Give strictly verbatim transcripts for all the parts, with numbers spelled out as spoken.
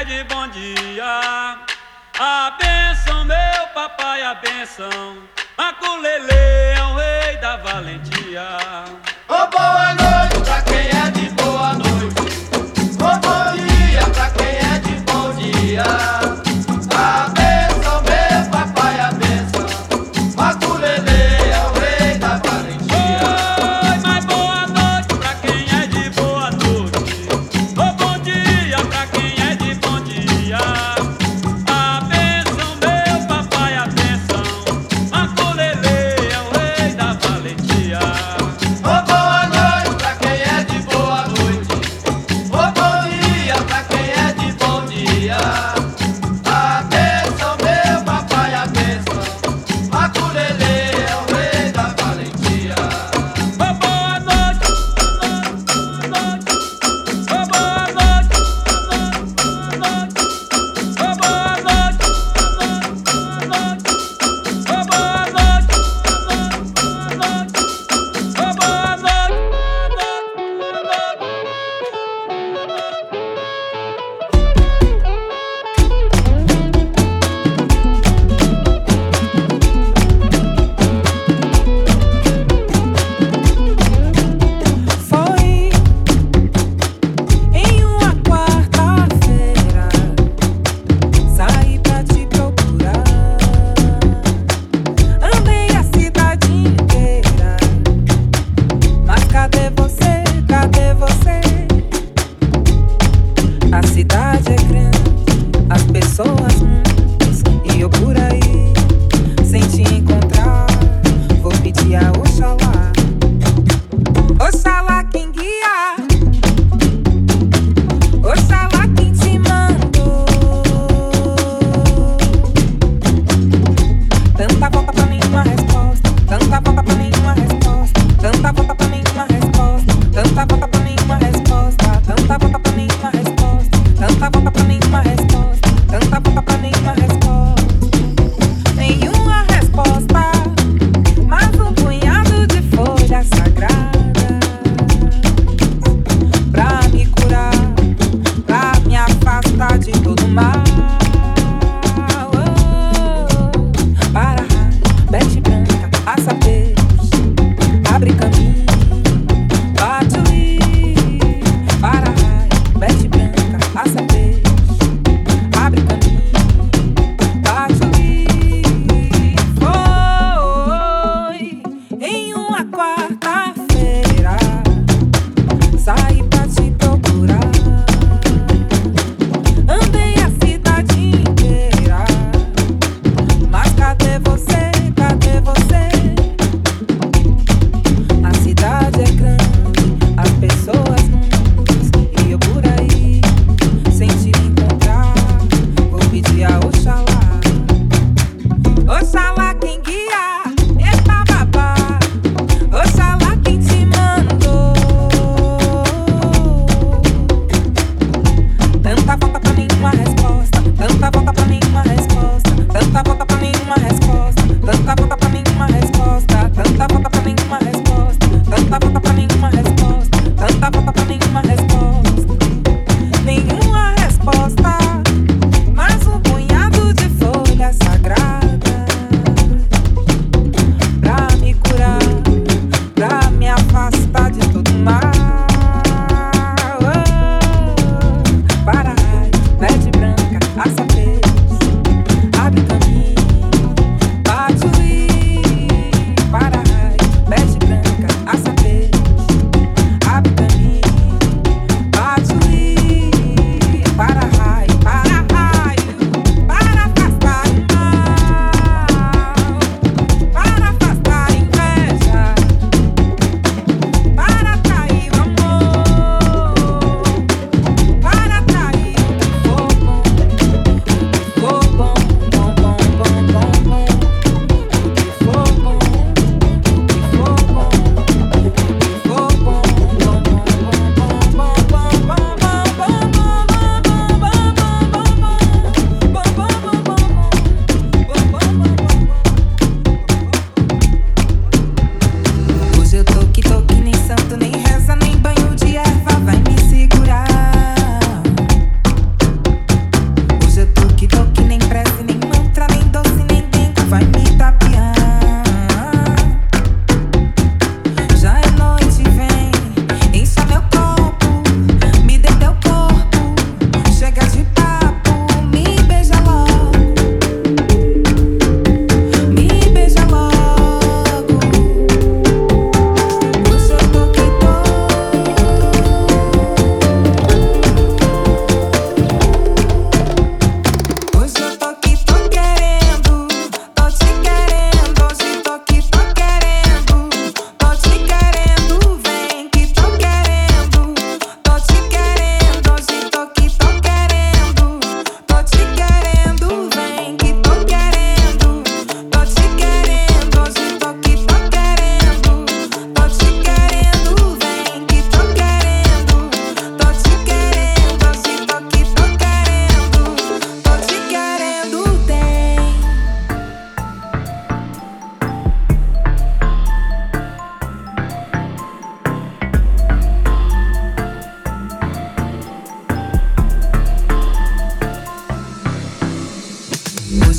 de bom dia. A bênção, meu papai, a bênção. Maculelê é o rei da valentia. Ô, boa noite pra quem é de boa noite. Ô, bom dia pra quem é de bom dia. A bênção, meu papai, a bênção. Maculelê é o rei da valentia. Oi, mas boa noite pra quem é de boa noite. Ô, bom dia pra quem é de bom dia. A bênção, meu papai, a bênção. Maculelê é o rei da valentia. Ô, boa noite pra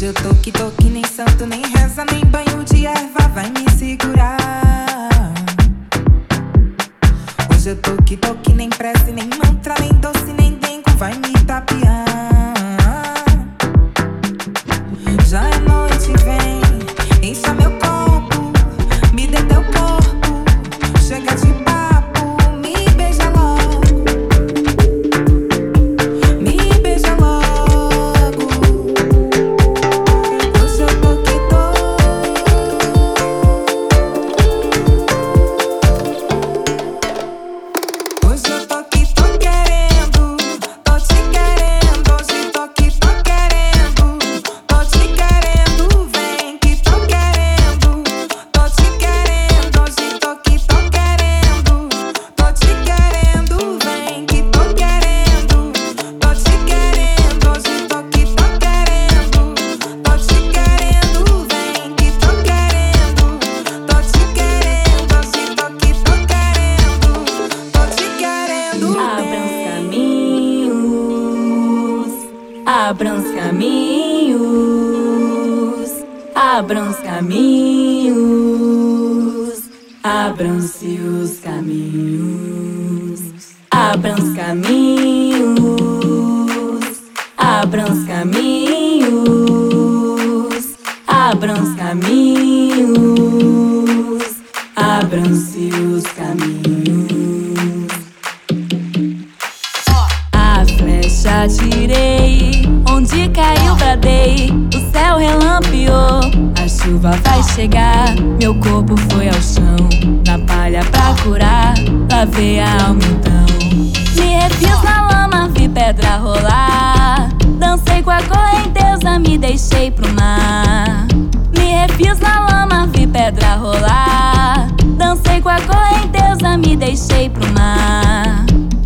Hoje eu tô que tô que nem santo, nem reza, nem banho de erva vai me segurar. Hoje eu tô que tô que nem prece, nem mantra, nem doce, nem dengo vai me tapear. Já é noite, vem, encha meu corpo, me dê teu corpo, chega de papo, me beija logo, me beija logo. Hoje eu tô que tô. Hoje eu tô que tô querendo, tô te querendo. Hoje tô que tô querendo, tô te querendo. Vem que tô querendo, tô te querendo. Hoje tô que tô querendo, tô te querendo. Vem que tô querendo, tô te querendo. Hoje tô que tô querendo, tô te querendo. Vem que tô querendo, tô te querendo. Hoje tô que tô querendo, tô te querendo. Abram os caminhos, abram os caminhos, abram os caminhos, abram-se os caminhos, abram os caminhos, abram os caminhos, abram os caminhos, abram-se os caminhos. A flecha atirei, onde caiu bradei, o céu relampeou, a chuva vai chegar, meu corpo foi ao chão, na palha pra curar, lavei a alma então. Me refiz na lama, vi pedra rolar, dancei com a correnteza, me deixei pro mar. Me refiz na lama, vi pedra rolar, dancei com a correnteza, me deixei pro mar.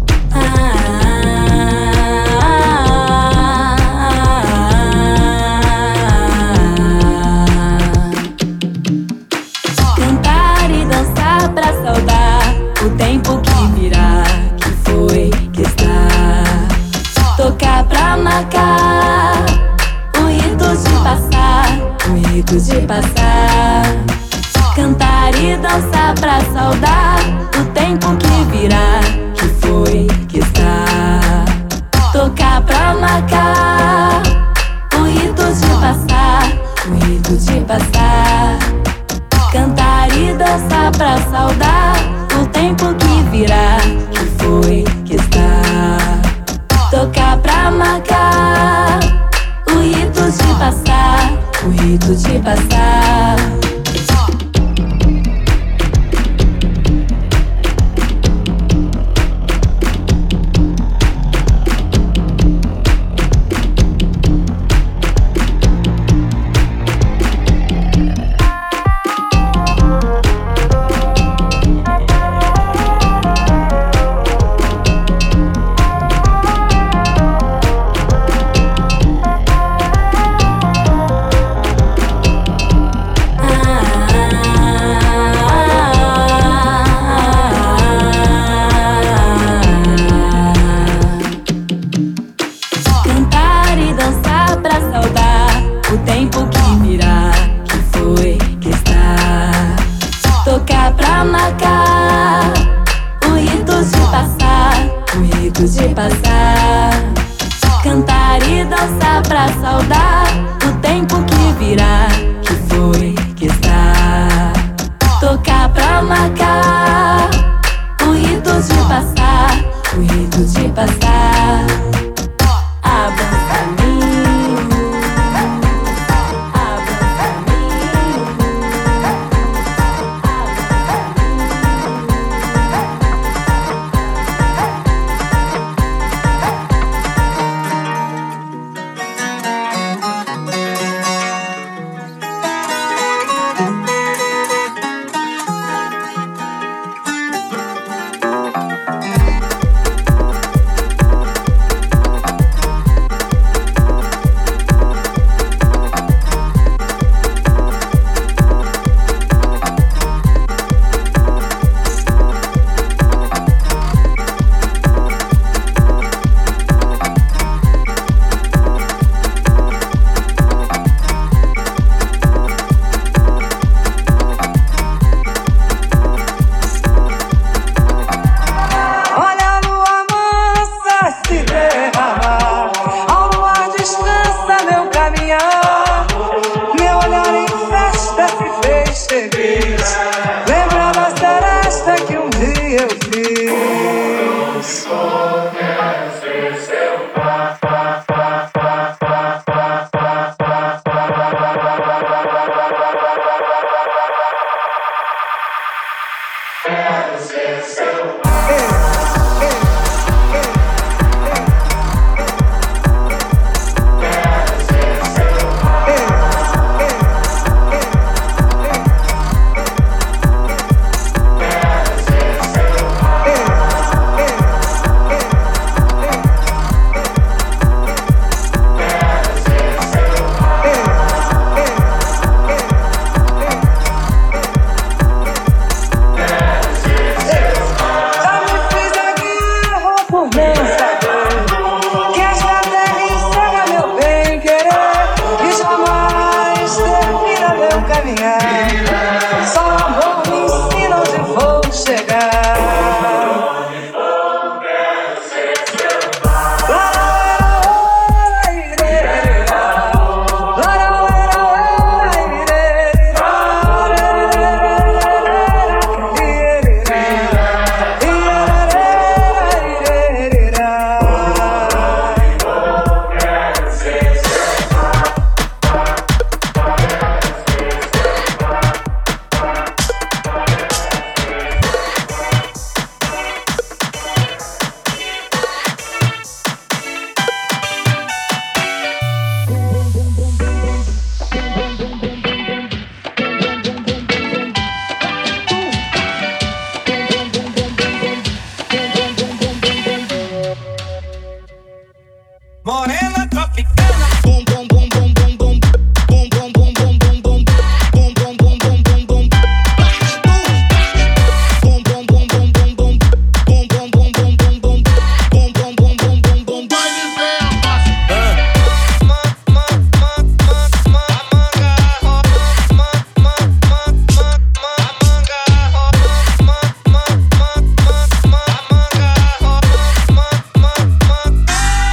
Cantar e dançar pra saudar o tempo que virá, que foi, que está. Tocar pra marcar o rito de passar, o rito de passar. Cantar e dançar pra saudar o tempo que virá, que foi, que está. Tocar pra marcar o rito de passar, o rito de passar. Cantar e dançar pra saudar o tempo que virá, que foi, que está. Tocar pra marcar o rito de passar, o rito de passar. Cantar e dançar pra saudar o tempo que virá, que foi, que está. Tocar pra marcar o rito de passar, o rito de passar. Cantar e dançar pra saudar o tempo que virá, que foi, que está. Tocar pra marcar o rito de passar, o rito de passar. Abram os caminhos, abram os caminhos, abram os caminhos. Morena tropicana, bum bum bum bum bum bum, bum bum bum bum bum bum, bum bum bum bum bum bum, bum bum bum bum bum bum, bum bum bum bum bum bum, bum bum bum bum bum bum. Vai dizer a massa, ma ma ma ma ma manga, ma ma ma ma ma manga, ma ma ma ma ma manga, ma ma ma.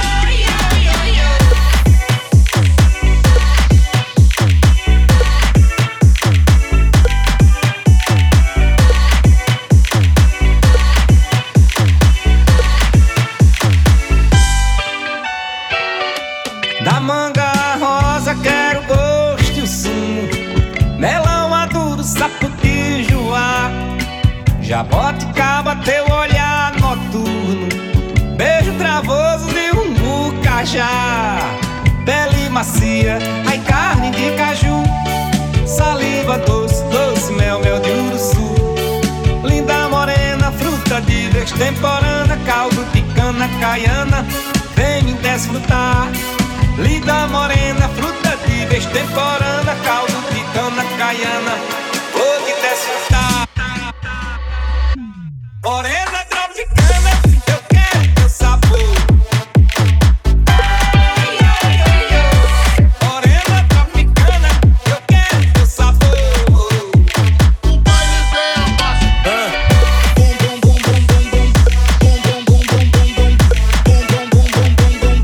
Da manga rosa quero gosto e o sumo, melão maduro, sapo de joá, jaboticaba teu olhar noturno, beijo travoso de um bucajá, pele macia, ai carne de caju, saliva doce, doce mel, mel de uruçu, linda morena, fruta de vez temporana, caldo de cana caiana, vem me desfrutar. Linda morena, fruta de vez temporana, caldo de cana caiana, vou te desfrutar. Morena tropicana, eu quero teu sabor. Morena tropicana, eu quero teu sabor. O baile vem a massa. Bum bum bum bum bum bum, bum bum bum bum bum bum, bum bum bum bum bum bum.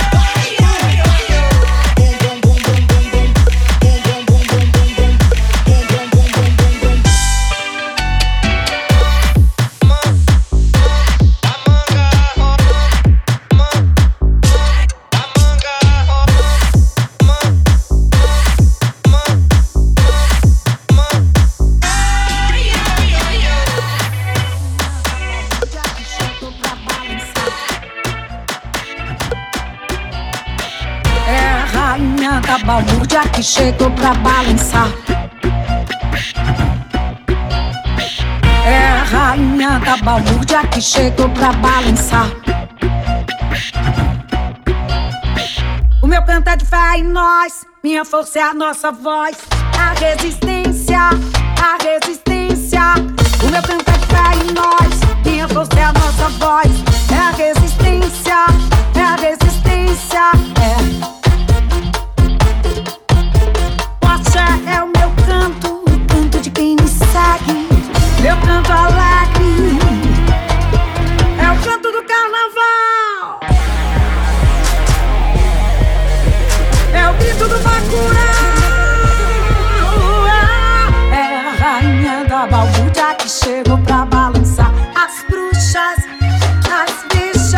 Da balbúrdia que chegou pra balançar. É a rainha da balbúrdia que chegou pra balançar. O meu canto é de fé em nós, minha força é a nossa voz. A resistência, a resistência. O meu canto é de fé em nós, minha força é a nossa voz. É a resistência, é a resistência, é. É o meu canto, o canto de quem me segue. Meu canto alegre é o canto do carnaval. É o grito do bacurau. É a rainha da balbúrdia que chegou pra balançar. As bruxas, as bichas.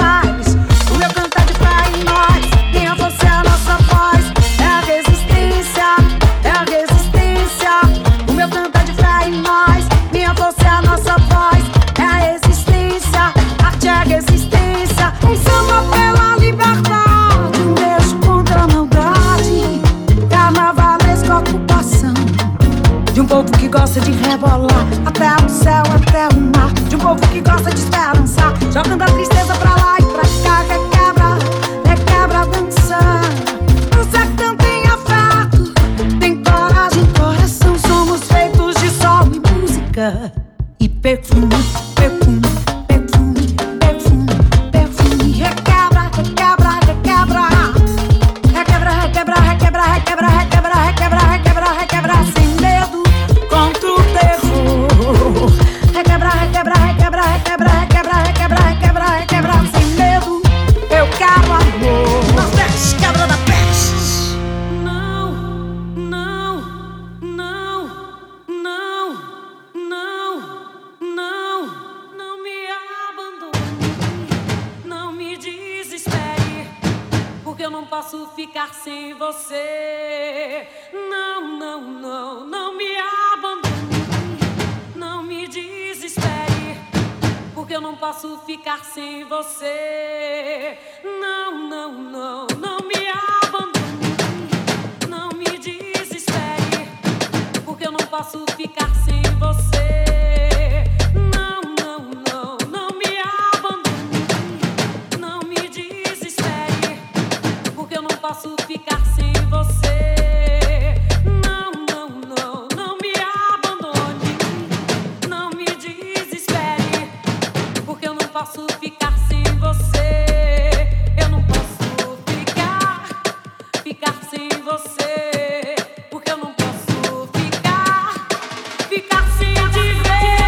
gosta de rebolar, até o céu, até o mar, de um povo que gosta de esperançar, jogando a tristeza pra lá e pra cá. Requebra, requebra, dança. No sertão tem afeto, tem coragem, coração. Somos feitos de sol e música e perfume, perfume, perfume, perfume, perfume. Requebra, requebra, requebra. Requebra, requebra, requebra, requebra, requebra, requebra, requebra, requebra, sem medo, contra o terror. Requebra, requebra, requebra, requebra, requebra, requebra, requebra, requebra, sem medo, eu quero amor. Nordeste, quebra da peste. Não, não, não, não, não, não, não me abandone, não me desespere, porque eu não posso ficar sem você. Não, não, não, não me abandone, não me desespere, porque eu não posso ficar sem você. Não, não, não, não me abandone, não me desespere, porque eu não posso ficar sem você. Não, não, não, não me abandone, não me desespere, porque eu não posso ficar sem você. Não, não, não, não me abandone, não me desespere, porque eu não posso ficar sem você. Eu não posso ficar, ficar sem você, porque eu não posso ficar, ficar sem te ver.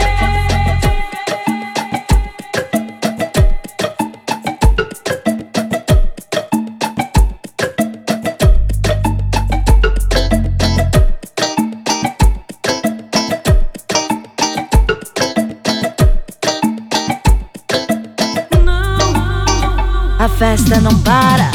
A festa não para.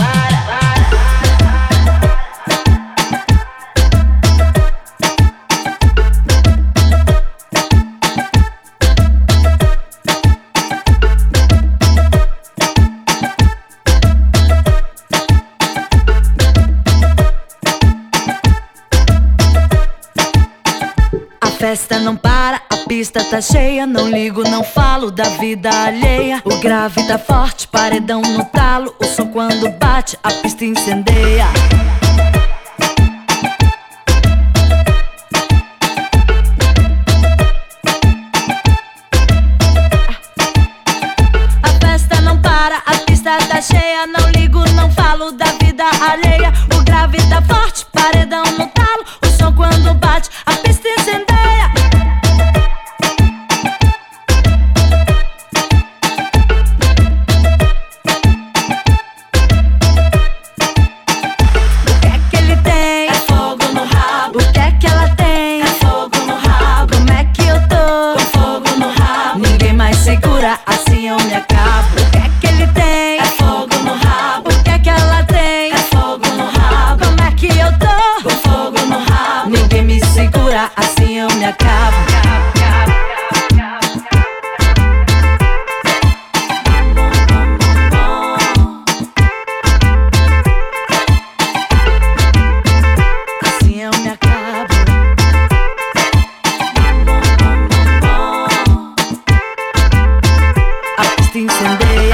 A festa não para, a pista tá cheia. Não ligo, não falo da vida alheia. O grave tá forte, paredão no talo. O som quando bate, a pista incendeia. A festa não para, a pista tá cheia. Não ligo, não falo da vida alheia. O grave tá forte, paredão no talo. O som quando bate, a pista incendeia. Assim eu me acabo. O que é que ele tem? É fogo no rabo. O que é que ela tem? É fogo no rabo. Como é que eu tô? Com fogo no rabo. Ninguém me segura, assim eu me acabo. Assim eu me acabo. Incendeia.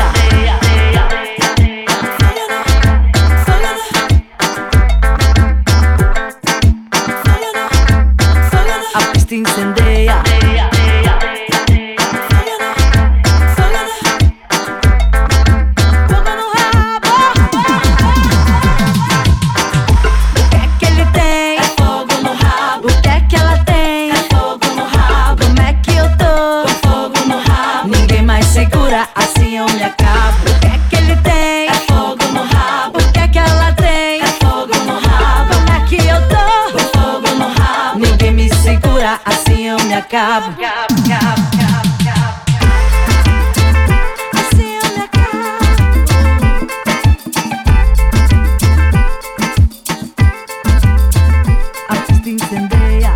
A pista incendeia. Fogo no rabo. O que é que ele tem? É fogo no rabo. O que é que ela tem? É fogo no rabo. Como é que eu tô? Com fogo no rabo. Ninguém mais segura, assim eu me acabo. O que é que ele tem? É fogo no rabo. O que é que ela tem? É fogo no rabo. Como é que eu tô? Com fogo no rabo. Ninguém me segura, assim eu me acabo. Assim eu me acabo. A pista incendeia.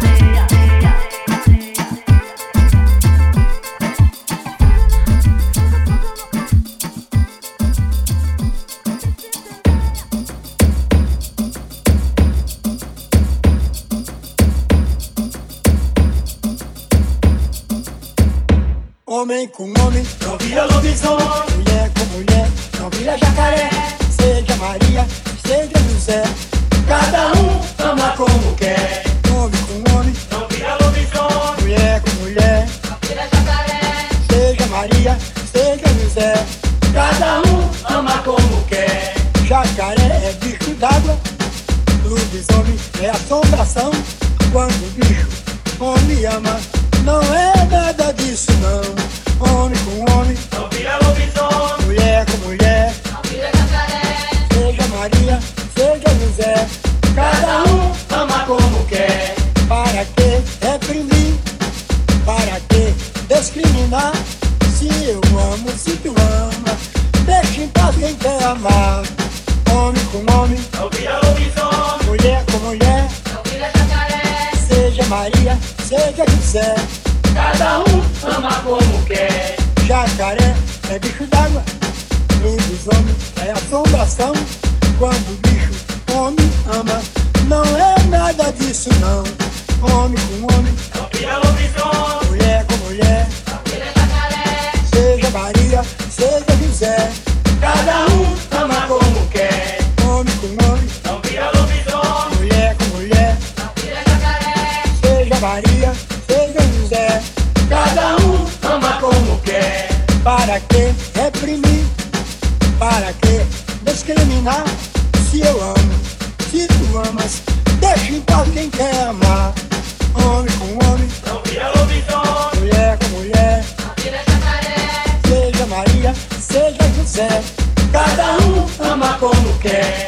Homem com homem não vira lobisomem. Mulher com mulher não vira jacaré. Seja Maria, seja José, cada um ama como quer. Homem com homem não vira lobisomem. Mulher com mulher não vira jacaré. seja Maria, seja José, cada um ama como quer. Jacaré é bicho d'água, lobisomem é assombração. Quando o bicho homem ama, não é nada disso não. Homem com homem não vira lobisomem. Mulher com mulher não vira jacaré. seja Maria, seja José, cada um ama como quer. para que reprimir? Para que discriminar? Se eu amo, se tu ama, deixa em paz quem quer amar. Homem com homem não vira lobisomem. mulher com mulher não vira jacaré. seja Maria, seja José, cada um ama como quer. jacaré é bicho d'água, lobisomem é assombração. Quando o bicho homem ama, não é nada disso não. Homem com homem não vira lobisomem. mulher com mulher não vira jacaré. seja Maria, seja José, cada um ama como quer. homem com homem não vira lobisomem. mulher com mulher não vira jacaré. seja Maria, seja José, cada um ama como quer. para que reprimir? Para que discriminar? Se eu amo, se tu amas, deixa em paz quem quer amar. Homem com homem não vira lobisomem. mulher com mulher não vira jacaré. seja Maria, seja José, cada um ama como quer.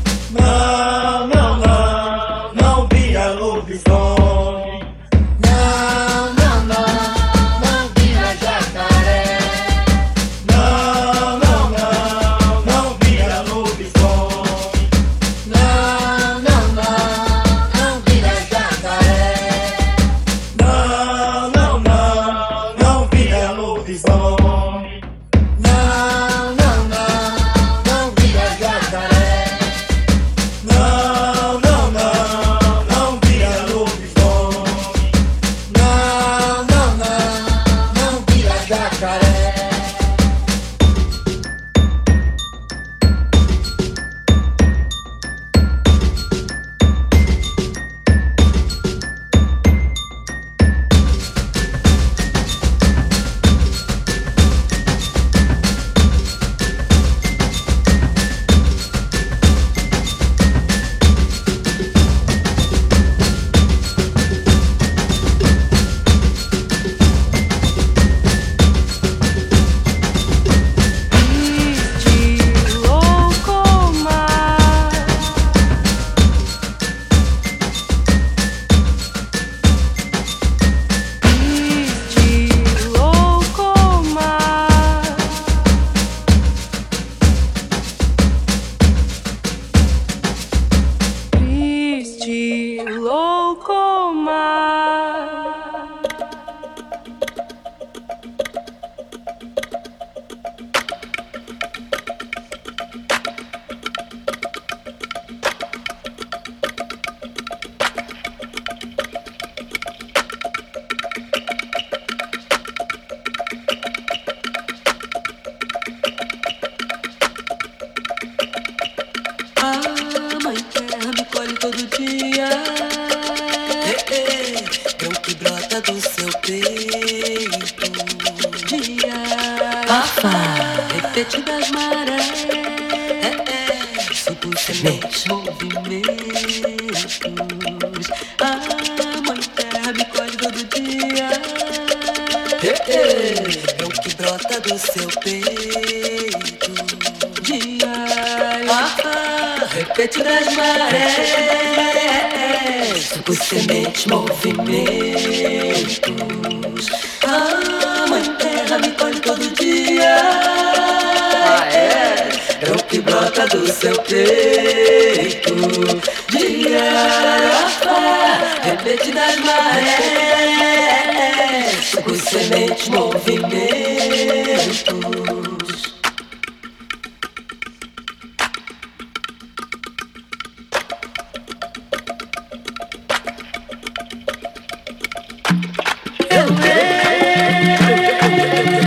não, não, não, Não vira lobisomem. não, não, não, Não vira jacaré. não, não, não, Não vira lobisomem. não, não, não, não vira jacaré. Não, não, não, não vira lobisomem. Não, não, não, não vira jacaré. Não, não, não, não vira lobisomem. Não, não, não, não vira jacaré. Triste, louco mar. Ah, mãe terra me colhe todo dia. É o que brota do seu peito. Dia, repete das marés. Suco, semente, movimentos. Ah, mãe terra me colhe todo dia. É o que brota do seu peito. Dia, repete das marés, suco, semente, movimentos. Ah, mãe terra me colhe todo dia. Ah, é? É o que brota do seu peito. Dia, repete das marés, suco, semente, movimentos. Eu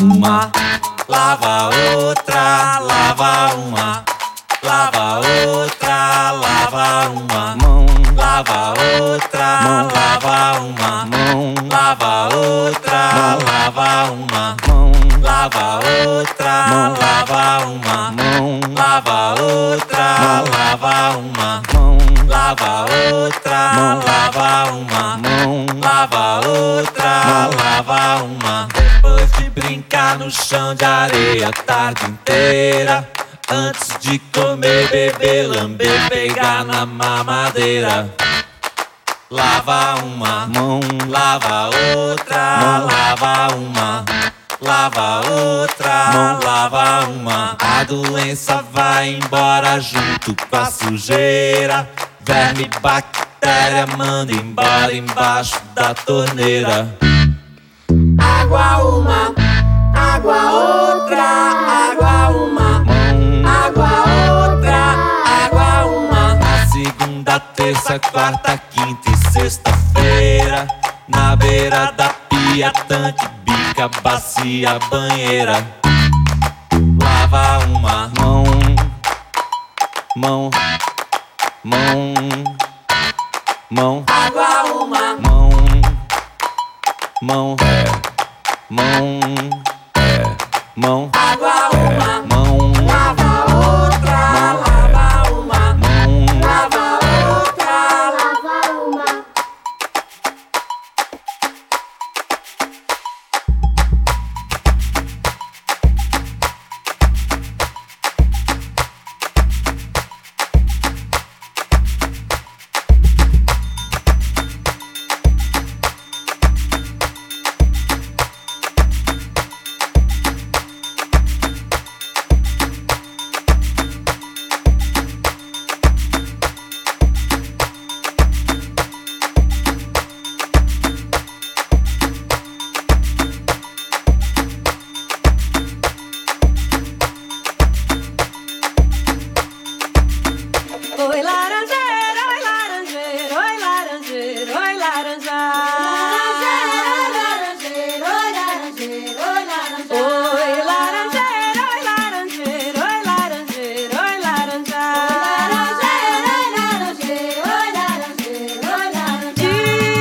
uma, lava outra, lava uma, lava outra, lava uma mão, lava outra, mão, lava uma mão, lava outra, lava uma mão, lava outra, mão, lava uma mão, lava outra, lava uma mão, lava outra, mão, lava uma mão, lava outra, lava uma. Depois de brincar no chão de areia a tarde inteira, antes de comer, beber, lamber, pegar na mamadeira. Lava uma mão, lava outra, lava uma, lava outra, mão, lava uma. A doença vai embora junto com a sujeira. Verme, bactéria, manda embora embaixo da torneira. Água uma, água outra, água uma, água outra, água uma. Na segunda, terça, quarta, quinta e sexta-feira, na beira da pia, tanque, bica, bacia, banheira. Lava uma mão, mão, mão, mão. Água uma mão, mão, é, mão, é, mão. Água uma mão, lava outra, lava uma mão, lava outra, lava uma. Oi, laranjeira, oi, laranjeira, oi, laranjeira, oi, laranja. Laranjeira, oi, laranjeira, oi, laranja. Oi, laranjeira, oi, laranjeira, oi, laranjeira, oi, laranja. Laranjeira, oi, laranjeira, oi, laranjeira, oi, laranja.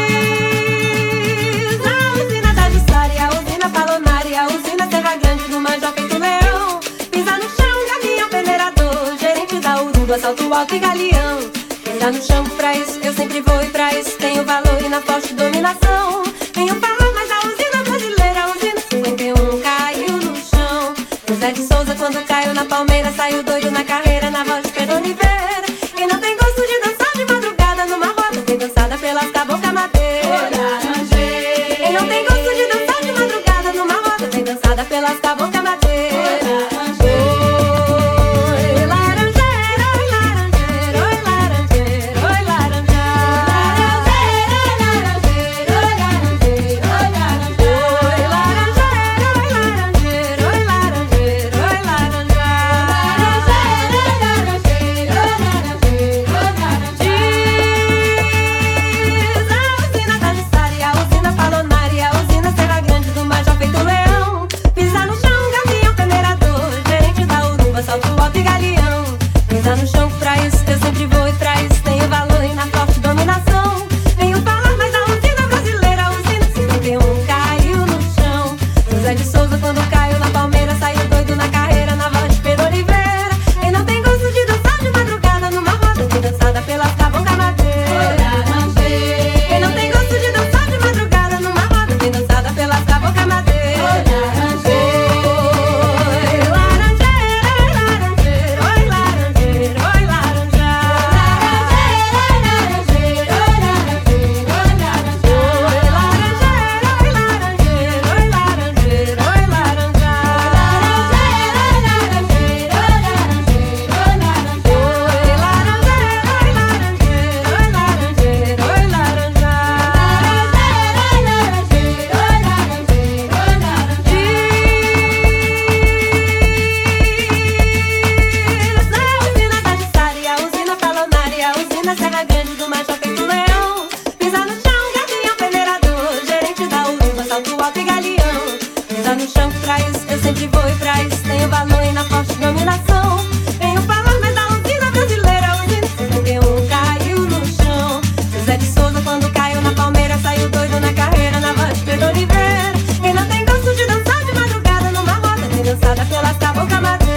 Diz a usina da Jussara, a usina Palomária, a usina Serra Grande do Major Feito Leão. Pisa no chão, gavião peneirador, gerente da Uruba, salto alto e galeão. Pisa no chão, pra isso eu sempre vou e pra isso tenho valor e na forte dominação. Venho falar mais da usina brasileira, a usina cinquenta e um caiu no chão. José de Souza quando caiu na palmeira, saiu doido na carreira, na voz de Pedro Oliveira. Quem não tem gosto de dançar de madrugada numa roda, tem dançada pelas cabocas madeira. Quem não tem gosto de dançar de madrugada numa roda, tem dançada pelas cabocas madeira. Oi, laranjeira, oi, laranjeira, oi, laranjeira, oi, laranja. Laranjeira, oi, laranjeira, oi, laranjeira, oi, laranja. Oi, laranjeira, oi, laranjeira, oi, laranjeira, oi, laranja. Laranjeira, oi, laranjeira, oi, laranjeira, oi, laranja. Diz a usina da Jussara, a usina Palomária, a usina Serra Grande do Major Feito Leão. Pisa no chão, gavião peneirador, gerente da Uruba, salto alto e galeão. Pisa no chão, pra isso eu sempre vou e pra isso tenho valor e na forte dominação. Venho falar mais da usina brasileira, a usina cinquenta e um caiu no chão. José de Souza quando caiu na palmeira, saiu doido na carreira, na voz de Pedro Oliveira. Quem não tem gosto de dançar de madrugada numa roda, tem dançada pelas cabocas madeira. Quem não tem gosto de dançar de madrugada numa roda, tem dançada pelas cabocas madeira. Oi, laranjeira, oi, laranjeira, oi, laranjeira, oi, laranja. Laranjeira, oi, laranjeira, oi, laranjeira, oi, laranja. Oi, laranjeira, oi, laranjeira, oi, laranjeira, oi, laranja. no chão que traz, eu sempre vou e traz. Tenho valor e na forte dominação. Venho falar mais da usina brasileira. Usina sessenta e um caiu no chão. José de Souza quando caiu na Palmeiras saiu doido na carreira, na voz de Pedro Oliveira. Quem não tem gosto de dançar de madrugada numa roda bem dançada pelas cabocas madeira.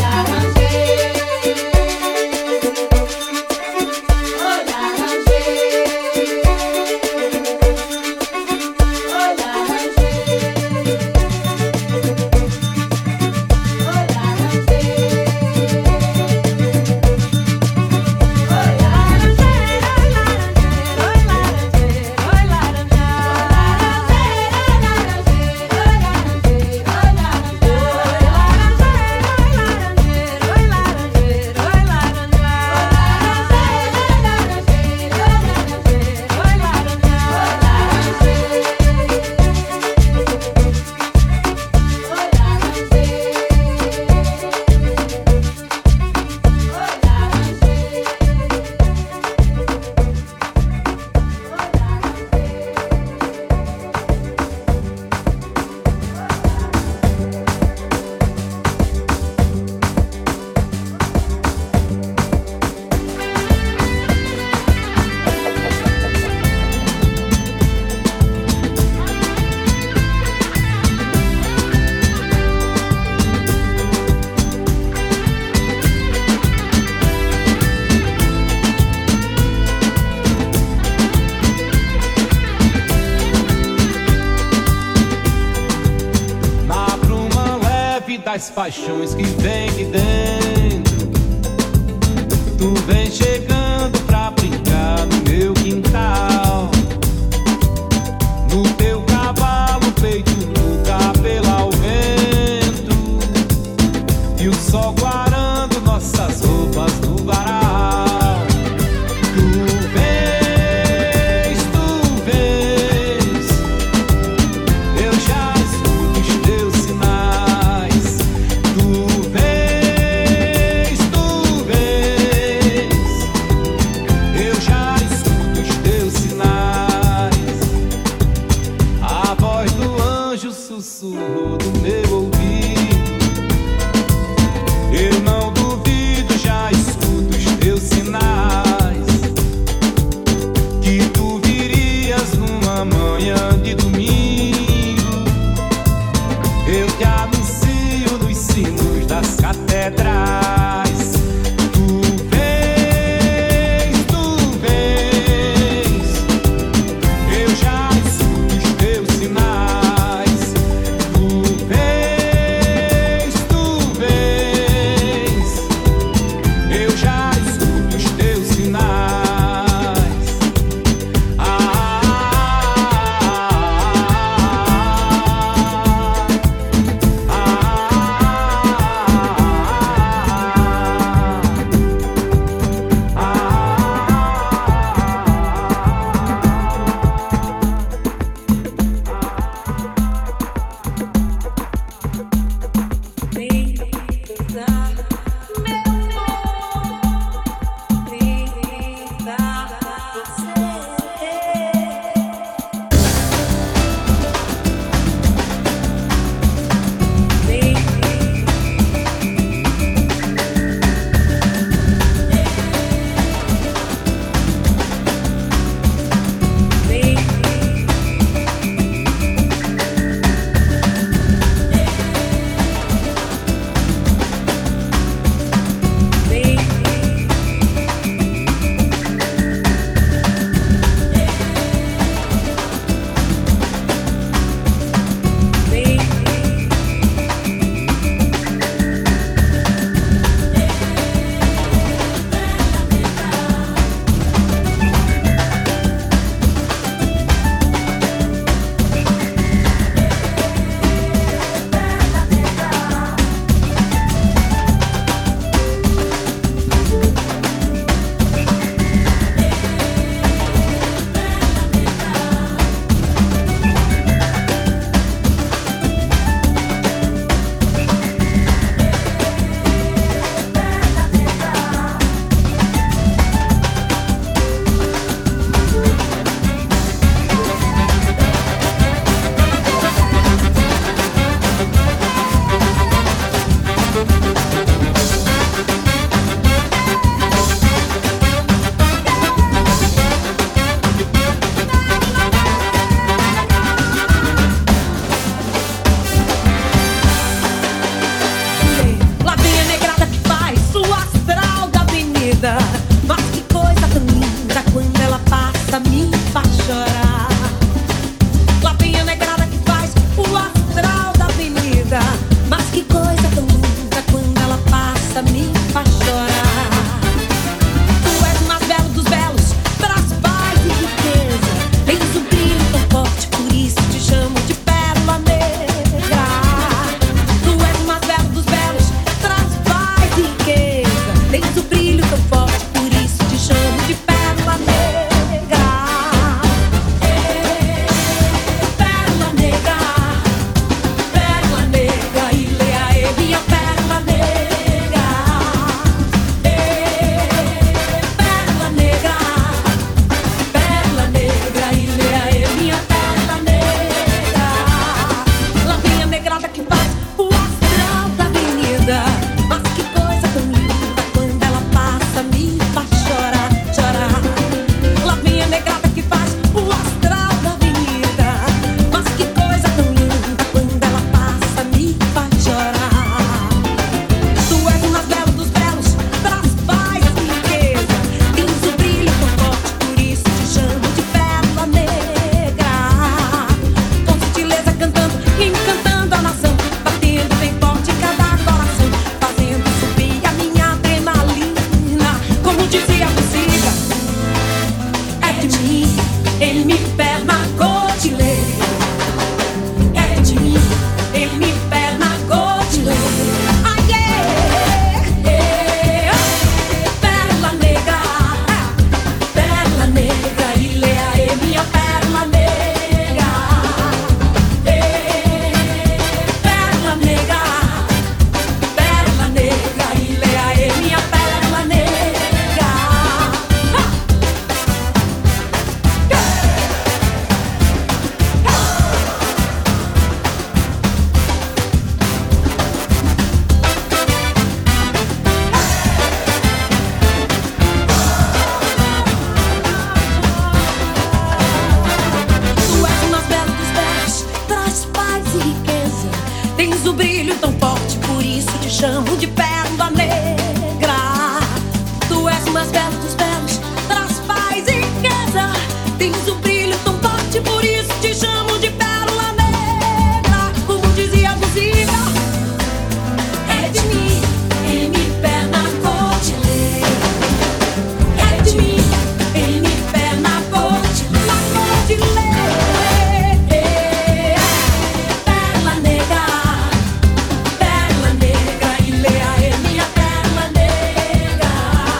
Das paixões que vem de dentro, tu vem chegando pra brincar no meu quintal. No teu cavalo, peito no cabelo ao vento, e o sol guarando nossas roupas no varal. Tu vens, tu vens, eu já escuto os teus sinais. Sussurro do meu ouvido, eu não duvido, já escuto os teus sinais, que tu virias numa manhã de domingo. Eu te anuncio nos sinos das catedrais. Tu vens, tu vens, eu já escuto os teus sinais. Ah tão forte, por isso te chamo de pérola negra. Tu és o mais belo dos belos, traz paz e riqueza. Tens um brilho tão forte, por isso te chamo de pérola negra. Como dizia a música, é de mim, em mi pé na cordilheira. É de mim, em mi pé na cordilheira. Na cordilheira. Pérola negra, pérola negra, e leia é minha pérola negra.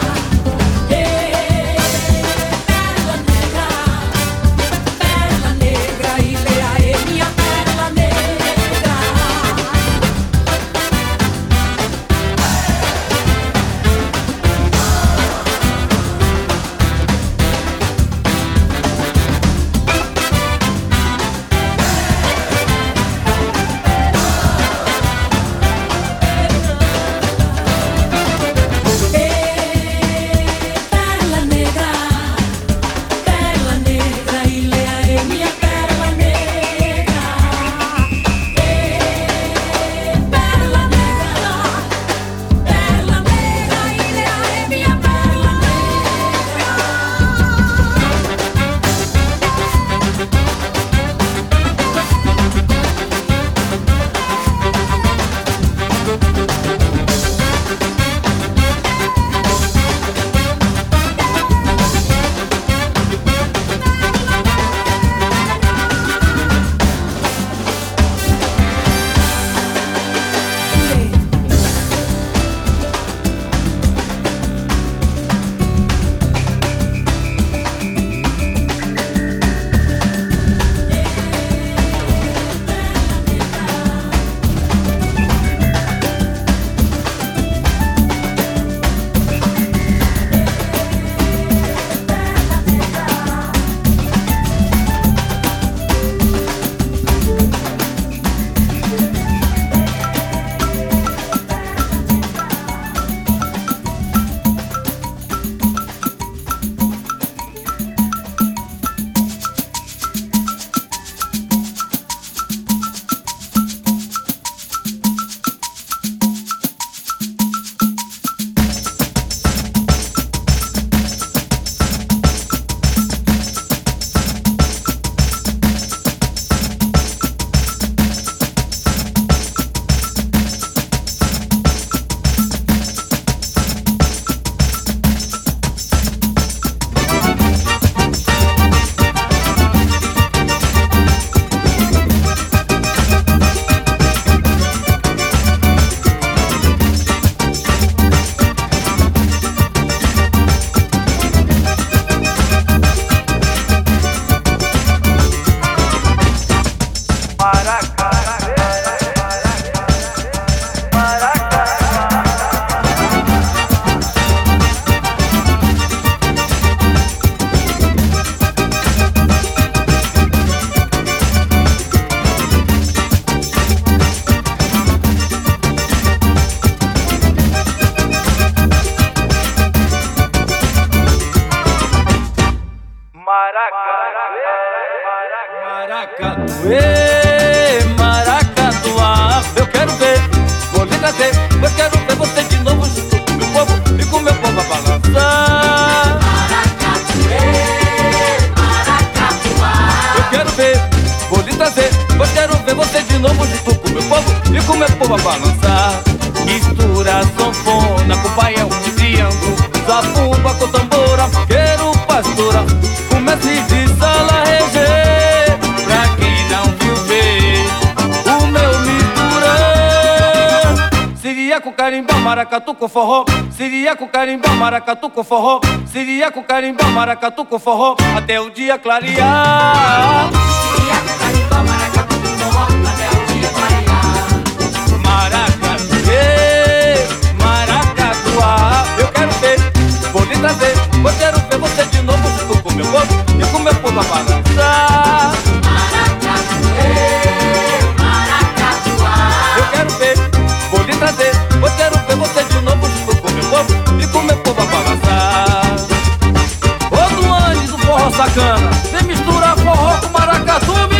Pérola negra, pérola negra, e leia é minha pérola negra. Pérola negra, pérola negra, e leia é minha pérola negra. Pérola negra, pérola negra, e leia é minha pérola Maracatuê, maracatuá, eu quero ver, vou lhe trazer, eu quero ver você de novo junto com meu povo e com meu povo a balançar. Maracatuê, maracatuá, Eu quero ver, vou lhe trazer, eu quero ver você de novo junto com meu povo e com meu povo a balançar. Mistura sanfona com baião de triângulo, zabumba com tambora, quero pastora, com mestre de sala reger. Pra quem não viu ver o meu misturão, seria com carimbó, maracatu com forró, seria com carimbó, maracatu com forró, seria com carimbó, maracatu com forró, até o dia clarear. seria com carimbó, maracatu com forró, até o dia clarear. Maracatuê, maracatuá, eu quero ver, vou lhe trazer, eu quero ver você de novo junto com meu povo e com meu povo a balançar. Maracatuê, maracatuá, Eu quero ver, vou lhe trazer, eu quero ver você de novo junto com meu povo e com meu povo a balançar. Ô Duane do forró sacana, vem misturar forró com maracatu,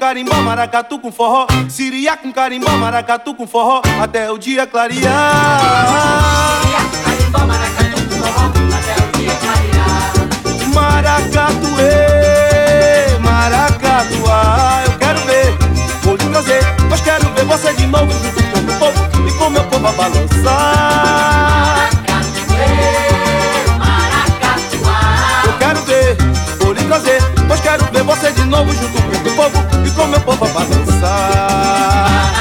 carimbó, maracatu com forró, siriá com carimbó, maracatu com forró, até o dia clarear. Siriá com carimbó, maracatu com forró, até o dia clarear. Maracatuê, maracatuá, eu quero ver, vou lhe trazer, mas quero ver você de novo junto com o meu povo e com o meu povo a balançar. Eu quero ver, vou lhe trazer, mas quero ver você de novo junto com o meu povo e com o meu povo a balançar.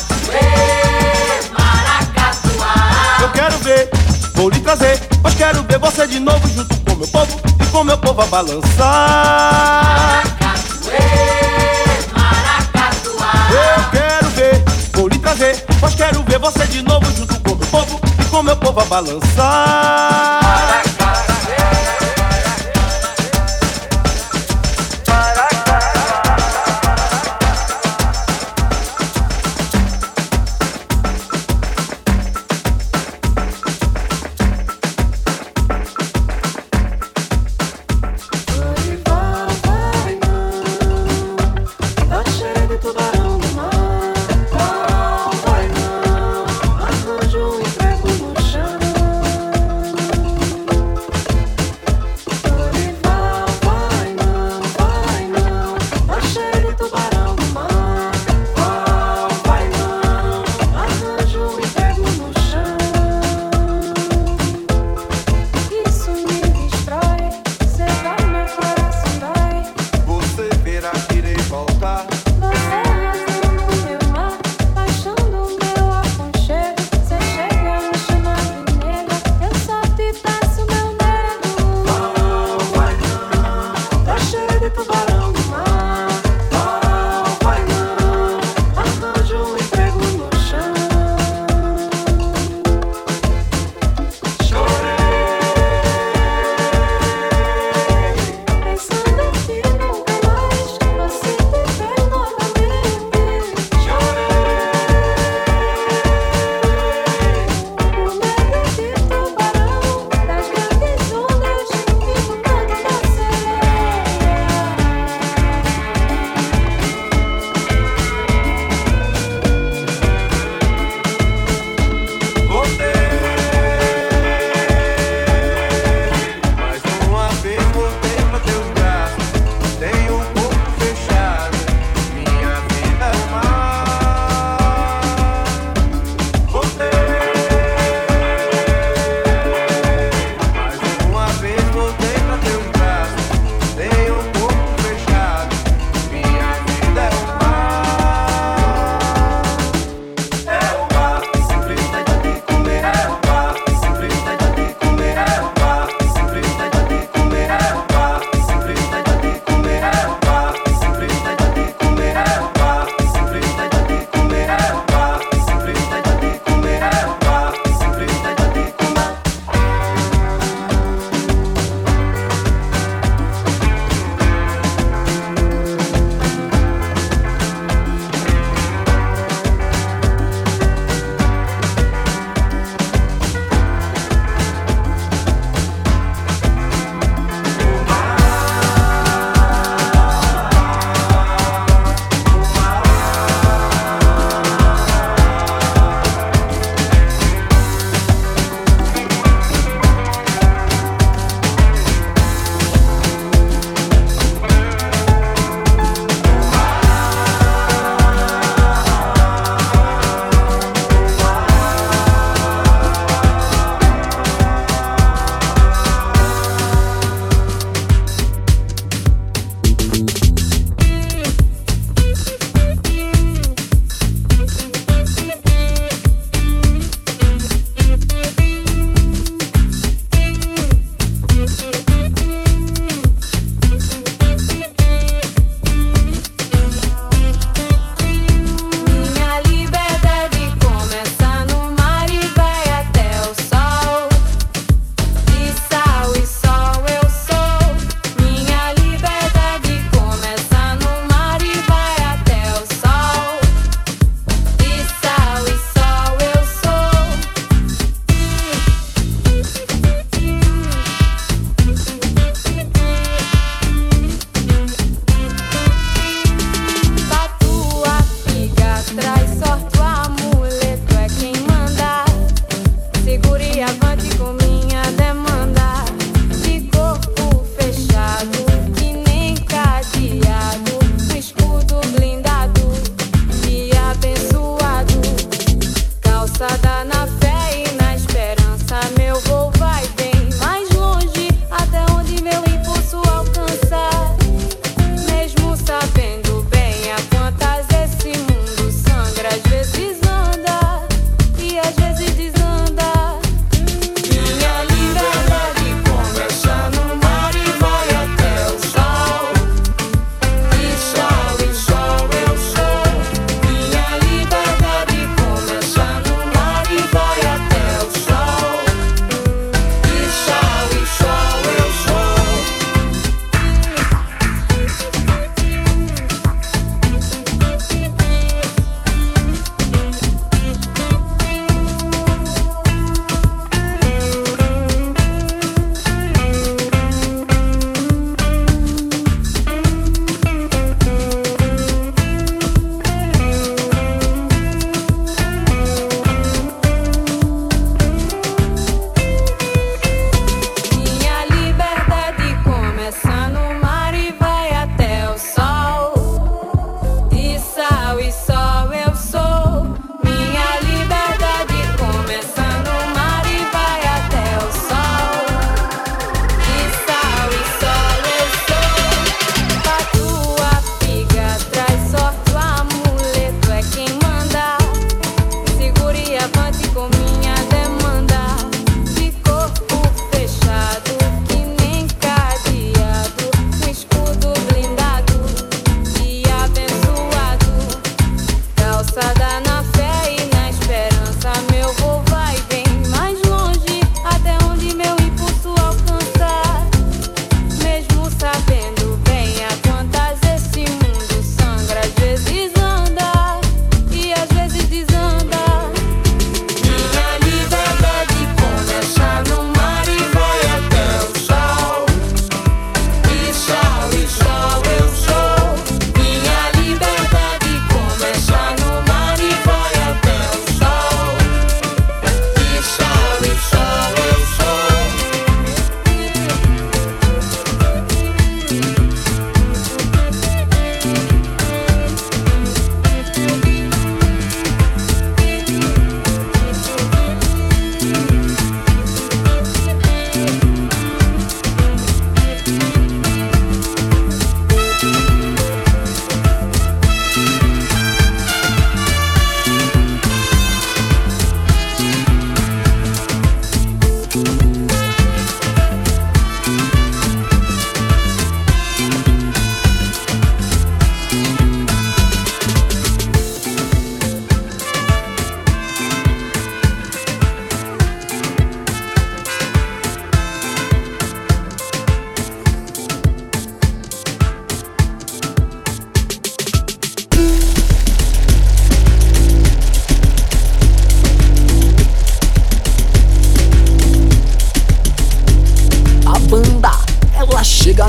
Eu quero ver, vou lhe trazer, mas quero ver você de novo junto com o meu povo e com o meu povo a balançar. Eu quero ver, vou lhe trazer, mas quero ver você de novo junto com o meu povo e com o meu povo a balançar.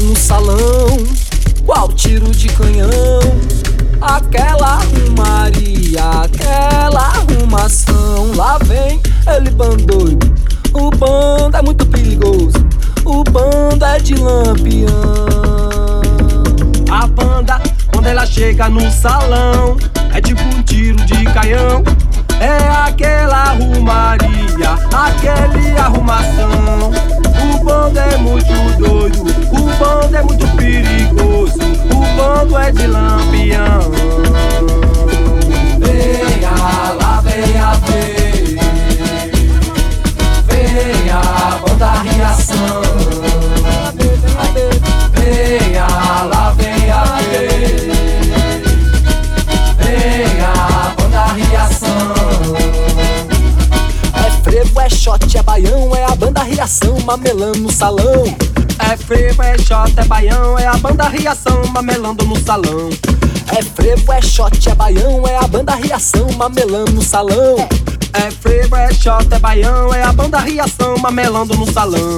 no salão, qual tiro de canhão. Aquela arrumaria, aquela arrumação. Lá vem ele bandoido, o bando é muito perigoso, o bando é de Lampião. A banda, quando ela chega no salão, é tipo um tiro de canhão. É aquela arrumaria, aquele arrumação. O bando é muito doido, o bando é muito perigoso, o bando é de Lampião. Venha, lá venha ver, venha, banda Riação. Venha, lá venha ver, venha, banda Riação. É frevo, é shot, é baião, é a banda Riação mamelando no salão. É frevo, é shot, é baião, é a banda Riação mamelando no salão. É frevo, é shot, é baião, é a banda Riação mamelando no salão. É frevo, é shot, é baião, é a banda Riação mamelando no salão.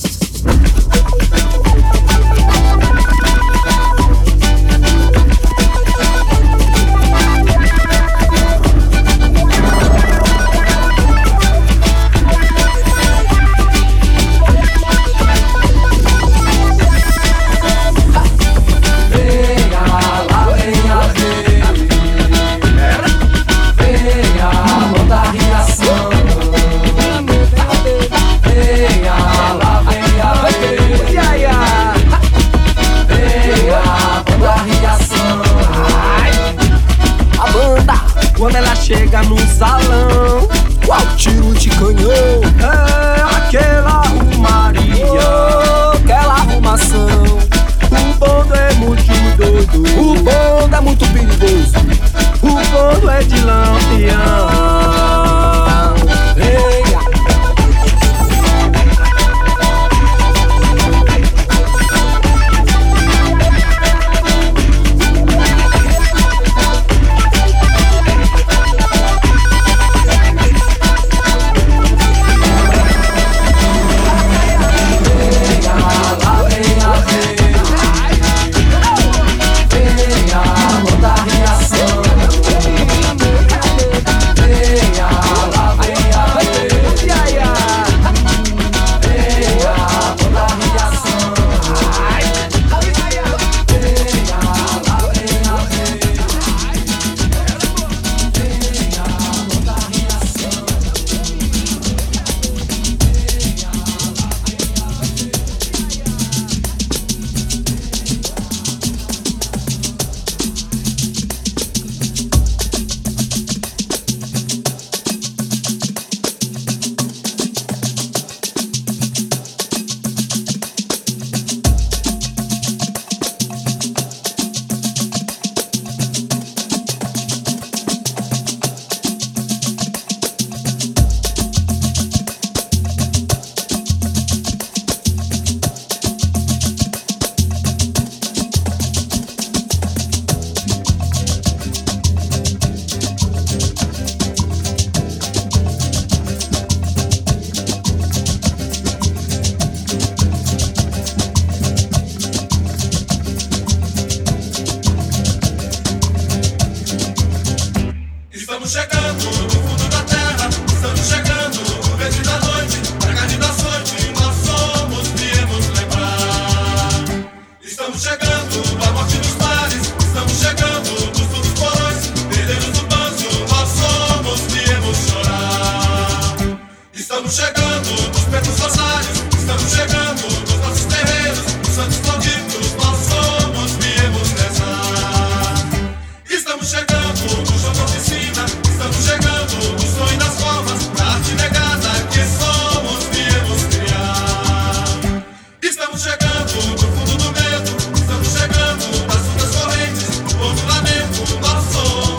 Quando ela chega no salão, qual tiro de canhão. É aquela arrumaria, oh, aquela arrumação. O bando é muito doido, o bando é muito perigoso, o bando é de Lampião. Venha. Chegando, nós somos